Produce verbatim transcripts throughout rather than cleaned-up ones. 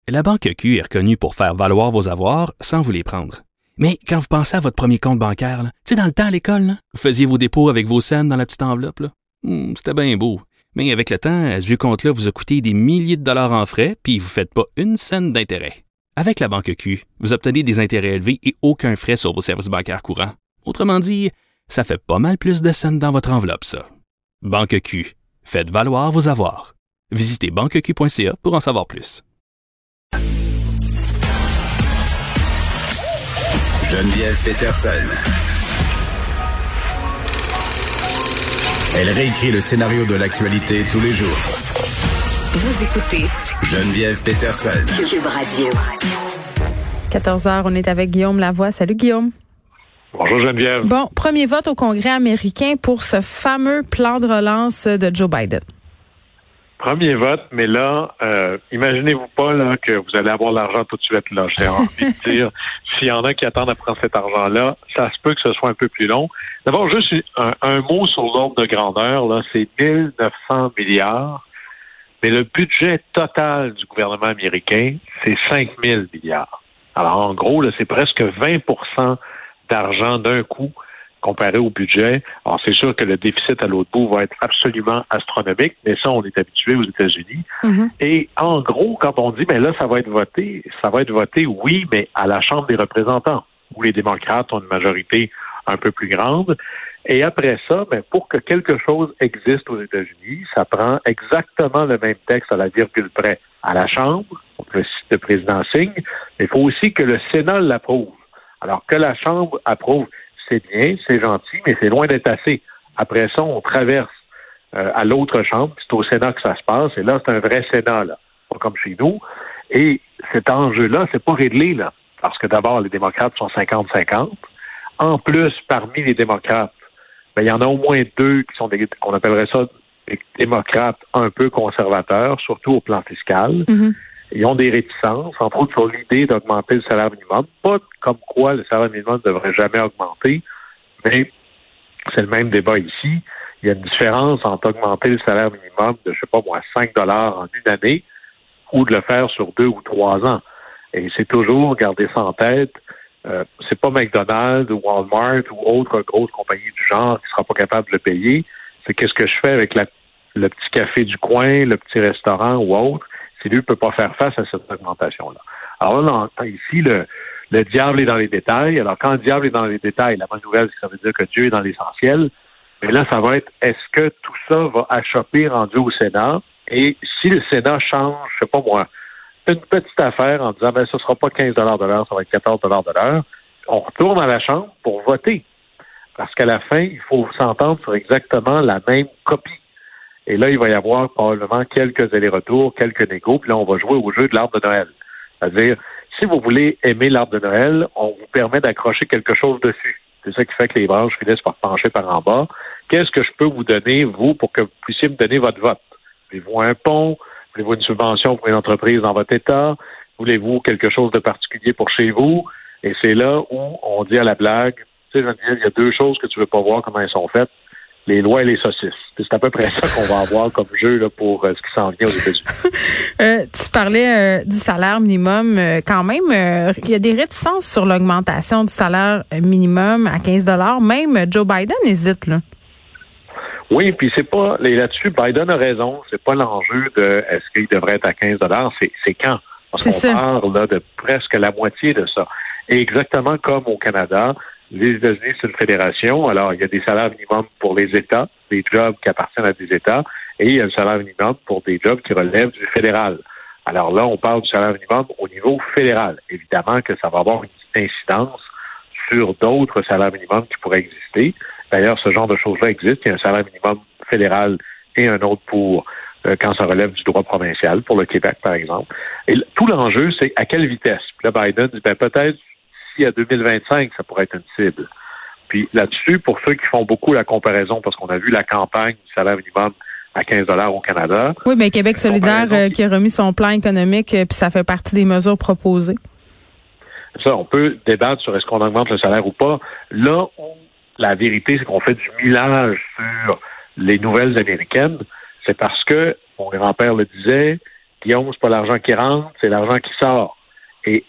La Banque Q est reconnue pour faire valoir vos avoirs sans vous les prendre. Mais quand vous pensez à votre premier compte bancaire, tu sais, dans le temps à l'école, là, vous faisiez vos dépôts avec vos scènes dans la petite enveloppe. Là. Hum, c'était bien beau. Mais avec le temps, ce vieux compte-là vous a coûté des milliers de dollars en frais, puis vous ne faites pas une scène d'intérêt. Avec la Banque Q, vous obtenez des intérêts élevés et aucun frais sur vos services bancaires courants. Autrement dit, ça fait pas mal plus de scènes dans votre enveloppe, ça. Banque Q. Faites valoir vos avoirs. Visitez banque q point c a pour en savoir plus. Geneviève Peterson. Elle réécrit le scénario de l'actualité tous les jours. Vous écoutez Geneviève Peterson. Cube Radio. quatorze heures, on est avec Guillaume Lavoie. Salut Guillaume. Bonjour Geneviève. Bon, premier vote au Congrès américain pour ce fameux plan de relance de Joe Biden. Premier vote, mais là, euh, imaginez-vous pas là que vous allez avoir l'argent tout de suite. Là, j'ai envie de dire, s'il y en a qui attendent à prendre cet argent-là, ça se peut que ce soit un peu plus long. D'abord, juste un, un mot sur l'ordre de grandeur. Là, c'est mille neuf cents milliards, mais le budget total du gouvernement américain, c'est cinq mille milliards. Alors, en gros, là, c'est presque vingt pour cent d'argent d'un coup comparé au budget. Alors, c'est sûr que le déficit à l'autre bout va être absolument astronomique, mais ça, on est habitué aux États-Unis. Mm-hmm. Et en gros, quand on dit, mais là, ça va être voté, ça va être voté, oui, mais à la Chambre des représentants, où les démocrates ont une majorité un peu plus grande. Et après ça, ben, pour que quelque chose existe aux États-Unis, ça prend exactement le même texte à la virgule près à la Chambre, le, le président signe, mais il faut aussi que le Sénat l'approuve. Alors que la Chambre approuve, c'est bien, c'est gentil, mais c'est loin d'être assez. Après ça, on traverse euh, à l'autre chambre, c'est au Sénat que ça se passe, et là, c'est un vrai Sénat, là, pas comme chez nous. Et cet enjeu-là, c'est pas réglé, là, parce que d'abord, les démocrates sont cinquante cinquante. En plus, parmi les démocrates, ben, il y en a au moins deux qui sont des, qu'on appellerait ça des démocrates un peu conservateurs, surtout au plan fiscal. Mm-hmm. Ils ont des réticences, entre autres sur l'idée d'augmenter le salaire minimum. Pas comme quoi le salaire minimum ne devrait jamais augmenter, mais c'est le même débat ici. Il y a une différence entre augmenter le salaire minimum de, je sais pas moi, cinq dollars en une année ou de le faire sur deux ou trois ans. Et c'est toujours, garder ça en tête, euh, c'est pas McDonald's ou Walmart ou autre grosse compagnie du genre qui sera pas capable de le payer. C'est qu'est-ce que je fais avec la, le petit café du coin, le petit restaurant ou autre, si lui ne peut pas faire face à cette augmentation-là. Alors là, ici, le, le diable est dans les détails. Alors, quand le diable est dans les détails, la bonne nouvelle, c'est que ça veut dire que Dieu est dans l'essentiel. Mais là, ça va être, est-ce que tout ça va achoper rendu au Sénat? Et si le Sénat change, je sais pas moi, une petite affaire en disant, ben, ce sera pas quinze dollars de l'heure, ça va être quatorze dollars de l'heure, on retourne à la Chambre pour voter. Parce qu'à la fin, il faut s'entendre sur exactement la même copie. Et là, il va y avoir probablement quelques allers-retours, quelques négos, puis là, on va jouer au jeu de l'arbre de Noël. C'est-à-dire, si vous voulez aimer l'arbre de Noël, on vous permet d'accrocher quelque chose dessus. C'est ça qui fait que les branches finissent par pencher par en bas. Qu'est-ce que je peux vous donner, vous, pour que vous puissiez me donner votre vote? Voulez-vous un pont? Voulez-vous une subvention pour une entreprise dans votre État? Voulez-vous quelque chose de particulier pour chez vous? Et c'est là où on dit à la blague, tu sais, Geneviève, il y a deux choses que tu veux pas voir comment elles sont faites. Les lois et les saucisses. C'est à peu près ça qu'on va avoir comme jeu là, pour euh, ce qui s'en vient aux États-Unis. euh, tu parlais euh, du salaire minimum. Euh, quand même, euh, il y a des réticences sur l'augmentation du salaire minimum à quinze dollars. Même Joe Biden hésite, là. Oui, puis c'est pas là-dessus, Biden a raison. C'est pas l'enjeu de est-ce qu'il devrait être à quinze dollars, c'est, c'est quand. Parce c'est qu'on ça. parle là, de presque la moitié de ça. Et exactement comme au Canada, les États-Unis, c'est une fédération. Alors, il y a des salaires minimums pour les États, des jobs qui appartiennent à des États, et il y a le salaire minimum pour des jobs qui relèvent du fédéral. Alors là, on parle du salaire minimum au niveau fédéral. Évidemment que ça va avoir une incidence sur d'autres salaires minimums qui pourraient exister. D'ailleurs, ce genre de choses-là existe. Il y a un salaire minimum fédéral et un autre pour euh, quand ça relève du droit provincial, pour le Québec, par exemple. Et tout l'enjeu, c'est à quelle vitesse. Puis là, Biden dit, ben peut-être à deux mille vingt-cinq, ça pourrait être une cible. Puis là-dessus, pour ceux qui font beaucoup la comparaison, parce qu'on a vu la campagne du salaire minimum à quinze dollars au Canada. Oui, mais Québec solidaire euh, qui a remis son plan économique, euh, puis ça fait partie des mesures proposées. Ça, on peut débattre sur est-ce qu'on augmente le salaire ou pas. Là où la vérité, c'est qu'on fait du millage sur les nouvelles américaines, c'est parce que, mon grand-père le disait, Guillaume, c'est pas l'argent qui rentre, c'est l'argent qui sort. Et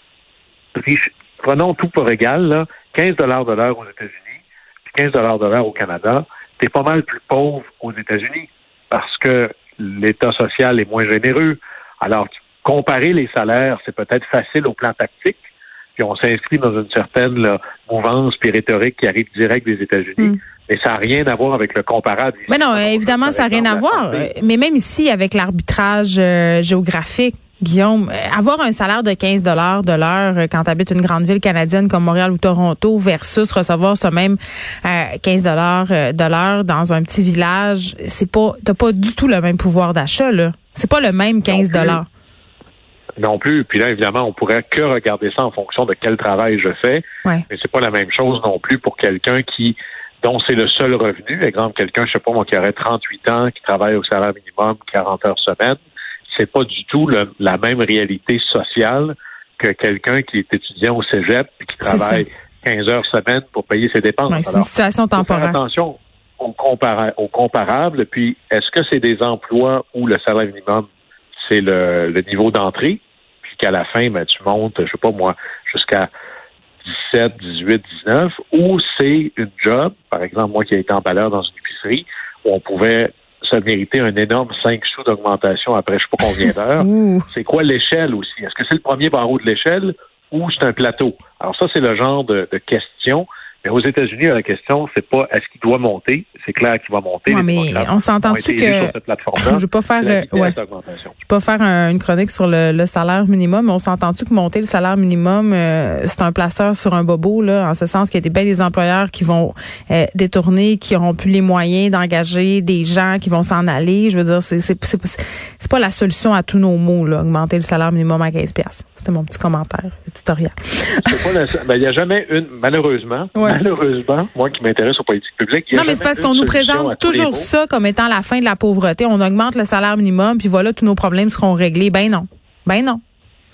prenons tout pour égal, là, quinze dollars de l'heure aux États-Unis, puis quinze dollars de l'heure au Canada, t'es pas mal plus pauvre aux États-Unis parce que l'État social est moins généreux. Alors, comparer les salaires, c'est peut-être facile au plan tactique, puis on s'inscrit dans une certaine là, mouvance puis rhétorique qui arrive direct des États-Unis. Mm. Mais ça n'a rien à voir avec le comparable. Mais non, évidemment, ça n'a rien à voir. Mais même ici, avec l'arbitrage euh, géographique, Guillaume, avoir un salaire de quinze dollars de l'heure quand tu habites une grande ville canadienne comme Montréal ou Toronto versus recevoir ce même euh, quinze dollars de l'heure dans un petit village, c'est pas, t'as pas du tout le même pouvoir d'achat, là. C'est pas le même quinze dollars. Non plus. Puis là, évidemment, on pourrait que regarder ça en fonction de quel travail je fais. Ouais. Mais c'est pas la même chose non plus pour quelqu'un qui dont c'est le seul revenu. Exemple, quelqu'un, je sais pas moi, qui aurait trente-huit ans, qui travaille au salaire minimum, quarante heures semaine. C'est pas du tout le, la même réalité sociale que quelqu'un qui est étudiant au cégep et qui travaille quinze heures semaine pour payer ses dépenses. Ouais, c'est une situation temporaire. Faire attention au, compara- au comparable. Puis, est-ce que c'est des emplois où le salaire minimum, c'est le, le niveau d'entrée, puis qu'à la fin, ben, tu montes, je sais pas moi, jusqu'à dix-sept, dix-huit, dix-neuf, ou c'est une job, par exemple, moi qui ai été emballeur dans une épicerie, où on pouvait se mériter un énorme cinq sous d'augmentation après je sais pas combien d'heures. C'est quoi l'échelle aussi? Est-ce que c'est le premier barreau de l'échelle ou c'est un plateau? Alors ça, c'est le genre de, de question. Mais aux États-Unis, la question, c'est pas est-ce qu'il doit monter. C'est clair qu'il va monter. Ouais, mais on s'entend-tu que je vais pas faire, euh, ouais, je vais pas faire un, une chronique sur le, le salaire minimum, mais on s'entend-tu que monter le salaire minimum, euh, c'est un placeur sur un bobo, là, en ce sens qu'il y a des bien des employeurs qui vont euh, détourner, qui auront plus les moyens d'engager des gens qui vont s'en aller. Je veux dire, c'est c'est c'est, c'est pas la solution à tous nos maux, là, augmenter le salaire minimum à quinze piastres. C'était mon petit commentaire éditorial. C'est pas la, ben, il y a jamais une, malheureusement. Ouais. Malheureusement, moi qui m'intéresse aux politiques publiques. Non, mais c'est parce qu'on nous présente toujours ça comme étant la fin de la pauvreté. On augmente le salaire minimum, puis voilà, tous nos problèmes seront réglés. Ben non. Ben non.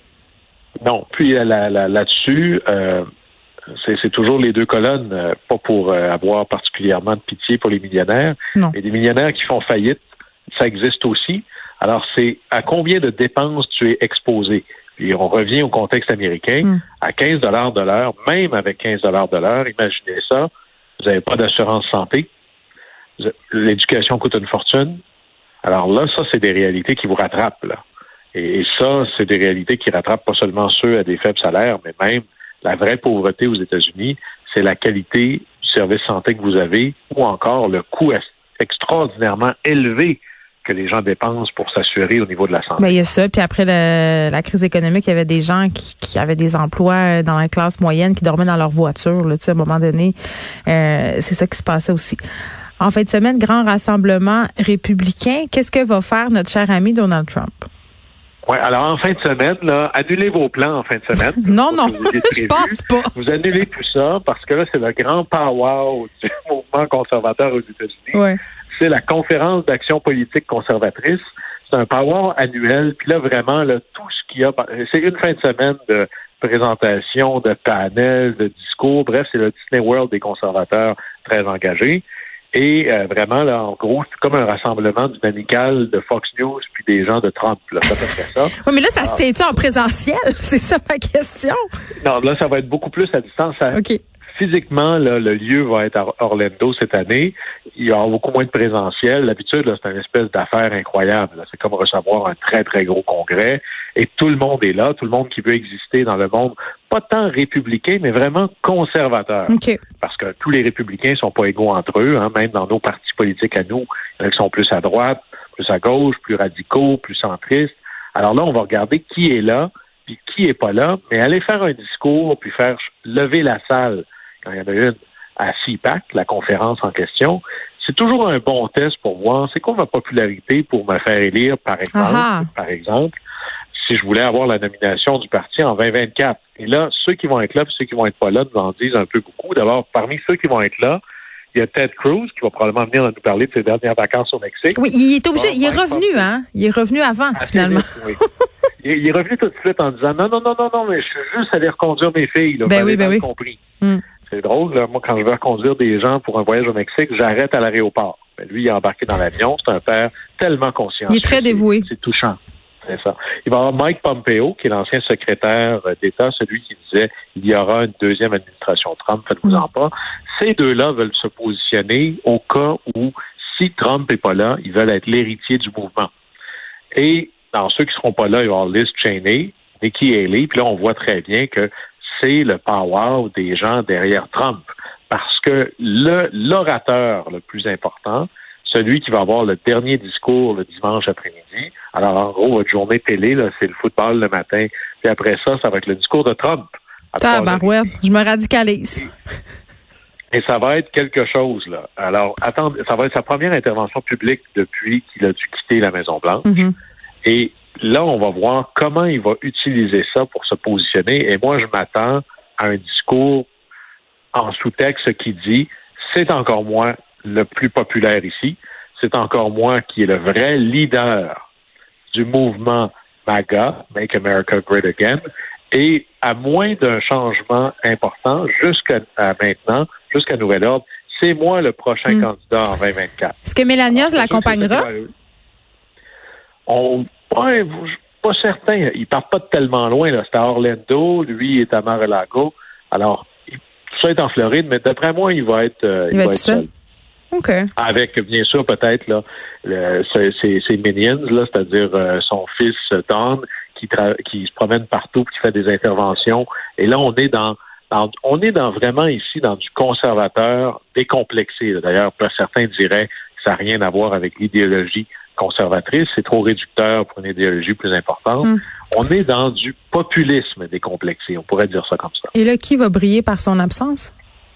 Non. Puis là, là, là-dessus, euh, c'est, c'est toujours les deux colonnes, euh, pas pour euh, avoir particulièrement de pitié pour les millionnaires. Non. Mais des millionnaires qui font faillite, ça existe aussi. Alors, c'est à combien de dépenses tu es exposé? Puis on revient au contexte américain, mm. à quinze dollars de l'heure, même avec quinze dollars de l'heure, imaginez ça, vous n'avez pas d'assurance santé, l'éducation coûte une fortune. Alors là, ça, c'est des réalités qui vous rattrapent, là. Et, et ça, c'est des réalités qui rattrapent pas seulement ceux à des faibles salaires, mais même la vraie pauvreté aux États-Unis, c'est la qualité du service santé que vous avez ou encore le coût extraordinairement élevé que les gens dépensent pour s'assurer au niveau de la santé. Ben, il y a ça. Puis après le, la crise économique, il y avait des gens qui, qui avaient des emplois dans la classe moyenne qui dormaient dans leur voiture. Là, à un moment donné, euh, c'est ça qui se passait aussi. En fin de semaine, grand rassemblement républicain. Qu'est-ce que va faire notre cher ami Donald Trump? Oui, alors en fin de semaine, là, annulez vos plans en fin de semaine. non, non, je pense pas. Vous annulez tout ça parce que là, c'est le grand power du mouvement conservateur aux États-Unis. Ouais. C'est la conférence d'action politique conservatrice. C'est un power annuel. Puis là, vraiment, là, tout ce qu'il y a, c'est une fin de semaine de présentation, de panels, de discours. Bref, c'est le Disney World des conservateurs très engagés. Et euh, vraiment, là, en gros, c'est comme un rassemblement dynamical de Fox News puis des gens de Trump. Là, c'est à peu près ça. Oui, mais là, ça Alors, se tient-tu en présentiel? C'est ça ma question. Non, là, ça va être beaucoup plus à distance. Ça, OK. Physiquement, là, le lieu va être à Orlando cette année. Il y aura beaucoup moins de présentiel. D'habitude, là, c'est une espèce d'affaire incroyable. Là. C'est comme recevoir un très, très gros congrès. Et tout le monde est là. Tout le monde qui veut exister dans le monde, pas tant républicain, mais vraiment conservateur. Okay. Parce que tous les républicains sont pas égaux entre eux. Hein. Même dans nos partis politiques à nous, il y en a qui sont plus à droite, plus à gauche, plus radicaux, plus centristes. Alors là, on va regarder qui est là, puis qui est pas là. Mais aller faire un discours, puis faire lever la salle quand il y en a une à C PAC, la conférence en question, c'est toujours un bon test pour voir c'est quoi ma popularité pour me faire élire, par exemple, Aha. par exemple, si je voulais avoir la nomination du parti en vingt vingt-quatre. Et là, ceux qui vont être là et ceux qui vont être pas là nous en disent un peu beaucoup. D'abord, parmi ceux qui vont être là, il y a Ted Cruz qui va probablement venir nous parler de ses dernières vacances au Mexique. Oui, il est obligé, bon, il est revenu, hein? Il est revenu avant, Assez finalement. Vite, oui. il, il est revenu tout de suite en disant non, non, non, non, non, mais je suis juste allé reconduire mes filles, là. Ben oui, ben oui. compris. Mm. C'est drôle, là. Moi, quand je vais reconduire des gens pour un voyage au Mexique, j'arrête à l'aéroport. Mais lui, il est embarqué dans l'avion. C'est un père tellement conscient. Il est très dévoué. C'est, c'est touchant. C'est ça. Il va y avoir Mike Pompeo, qui est l'ancien secrétaire d'État, celui qui disait il y aura une deuxième administration Trump, faites-vous-en pas. Ces deux-là veulent se positionner au cas où, si Trump n'est pas là, ils veulent être l'héritier du mouvement. Et dans ceux qui ne seront pas là, il va y avoir Liz Cheney, Nikki Haley, puis là, on voit très bien que c'est le power des gens derrière Trump. Parce que le, l'orateur le plus important, celui qui va avoir le dernier discours le dimanche après-midi, alors en gros, votre journée télé, là, c'est le football le matin, puis après ça, ça va être le discours de Trump. Ah, ben ouais, je me radicalise. Et ça va être quelque chose, là. Alors, attendez, ça va être sa première intervention publique depuis qu'il a dû quitter la Maison-Blanche. Mm-hmm. Et là, on va voir comment il va utiliser ça pour se positionner. Et moi, je m'attends à un discours en sous-texte qui dit « C'est encore moi le plus populaire ici. C'est encore moi qui est le vrai leader du mouvement MAGA, Make America Great Again. Et à moins d'un changement important, jusqu'à maintenant, jusqu'à nouvel ordre, c'est moi le prochain mmh. candidat en vingt vingt-quatre. Est-ce que Melania l'accompagnera? On, ouais, pas certain. Il part pas de tellement loin. Là. C'est à Orlando, lui il est à Mar-a-Lago. Alors, tout ça est en Floride, mais d'après moi, il va être, euh, il, il va être seul. OK. Avec, bien sûr, peut-être là, le, ses, ses, ses minions, là, c'est-à-dire euh, son fils Don, qui, tra- qui se promène partout, qui fait des interventions. Et là, on est dans, dans on est dans vraiment ici dans du conservateur décomplexé. Là. D'ailleurs, certains diraient que ça n'a rien à voir avec l'idéologie conservatrice, c'est trop réducteur pour une idéologie plus importante. Mm. On est dans du populisme décomplexé, on pourrait dire ça comme ça. Et là, qui va briller par son absence?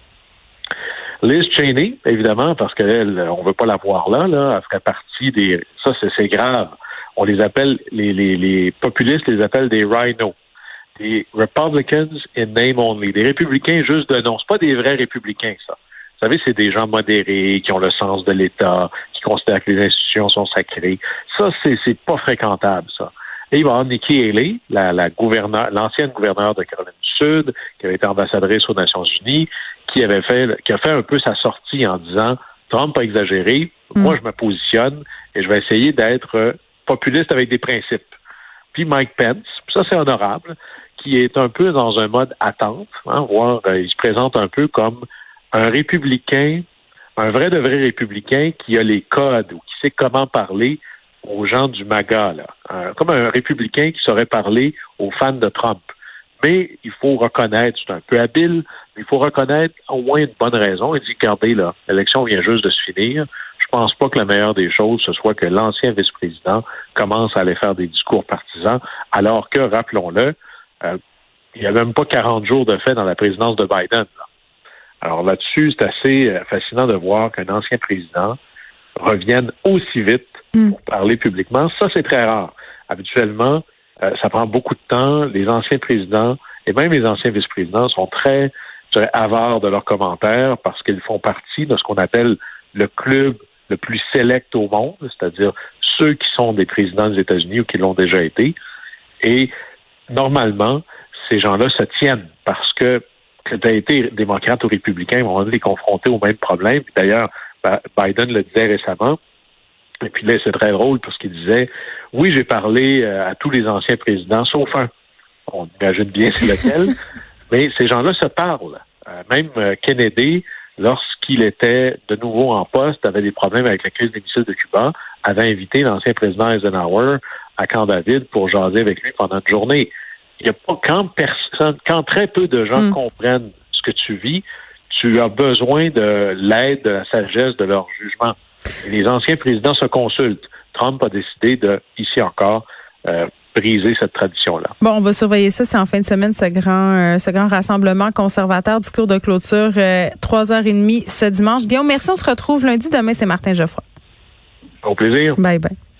Liz Cheney, évidemment, parce qu'elle, on veut pas la voir là, là, elle ferait partie des... Ça, c'est, c'est grave. On les appelle, les, les, les populistes les appellent des rhinos. Des Republicans in name only. Des républicains juste de nom. C'est pas des vrais républicains, ça. Vous savez, c'est des gens modérés, qui ont le sens de l'État, qui considèrent que les institutions sont sacrées. Ça, c'est, c'est pas fréquentable, ça. Et il va y avoir Nikki Haley, la, la gouverneure, l'ancienne gouverneure de Caroline du Sud, qui avait été ambassadrice aux Nations Unies, qui avait fait, qui a fait un peu sa sortie en disant Trump a exagéré, mm. moi je me positionne et je vais essayer d'être populiste avec des principes. Puis Mike Pence, ça c'est honorable, qui est un peu dans un mode attente, hein, voire euh, il se présente un peu comme un républicain, un vrai de vrai républicain qui a les codes ou qui sait comment parler aux gens du MAGA, là. Euh, comme un républicain qui saurait parler aux fans de Trump. Mais il faut reconnaître, c'est un peu habile, mais il faut reconnaître au moins une bonne raison. Il dit, regardez, là, l'élection vient juste de se finir. Je pense pas que la meilleure des choses, ce soit que l'ancien vice-président commence à aller faire des discours partisans, alors que, rappelons-le, euh, il n'y a même pas quarante jours de fait dans la présidence de Biden. Là. Alors là-dessus, c'est assez fascinant de voir qu'un ancien président revienne aussi vite pour parler publiquement. Ça, c'est très rare. Habituellement, euh, ça prend beaucoup de temps. Les anciens présidents et même les anciens vice-présidents sont très, je dirais, avares de leurs commentaires parce qu'ils font partie de ce qu'on appelle le club le plus select au monde, c'est-à-dire ceux qui sont des présidents des États-Unis ou qui l'ont déjà été. Et normalement, ces gens-là se tiennent parce que que tu as été démocrate ou républicain, ils vont être confrontés au même problème. Puis d'ailleurs, Biden le disait récemment, et puis là, c'est très drôle parce qu'il disait, oui, j'ai parlé à tous les anciens présidents, sauf un. On imagine bien c'est lequel, mais ces gens-là se parlent. Même Kennedy, lorsqu'il était de nouveau en poste, avait des problèmes avec la crise des missiles de Cuba, avait invité l'ancien président Eisenhower à Camp David pour jaser avec lui pendant une journée. Il y a pas, quand personne, quand très peu de gens mm. comprennent ce que tu vis, tu as besoin de l'aide, de la sagesse, de leur jugement. Et les anciens présidents se consultent. Trump a décidé de, ici encore, euh, briser cette tradition-là. Bon, on va surveiller ça. C'est en fin de semaine, ce grand, euh, ce grand rassemblement conservateur, discours de clôture, euh, trois heures trente ce dimanche. Guillaume, merci. On se retrouve lundi. Demain, c'est Martin Geoffroy. Au plaisir. Bye bye.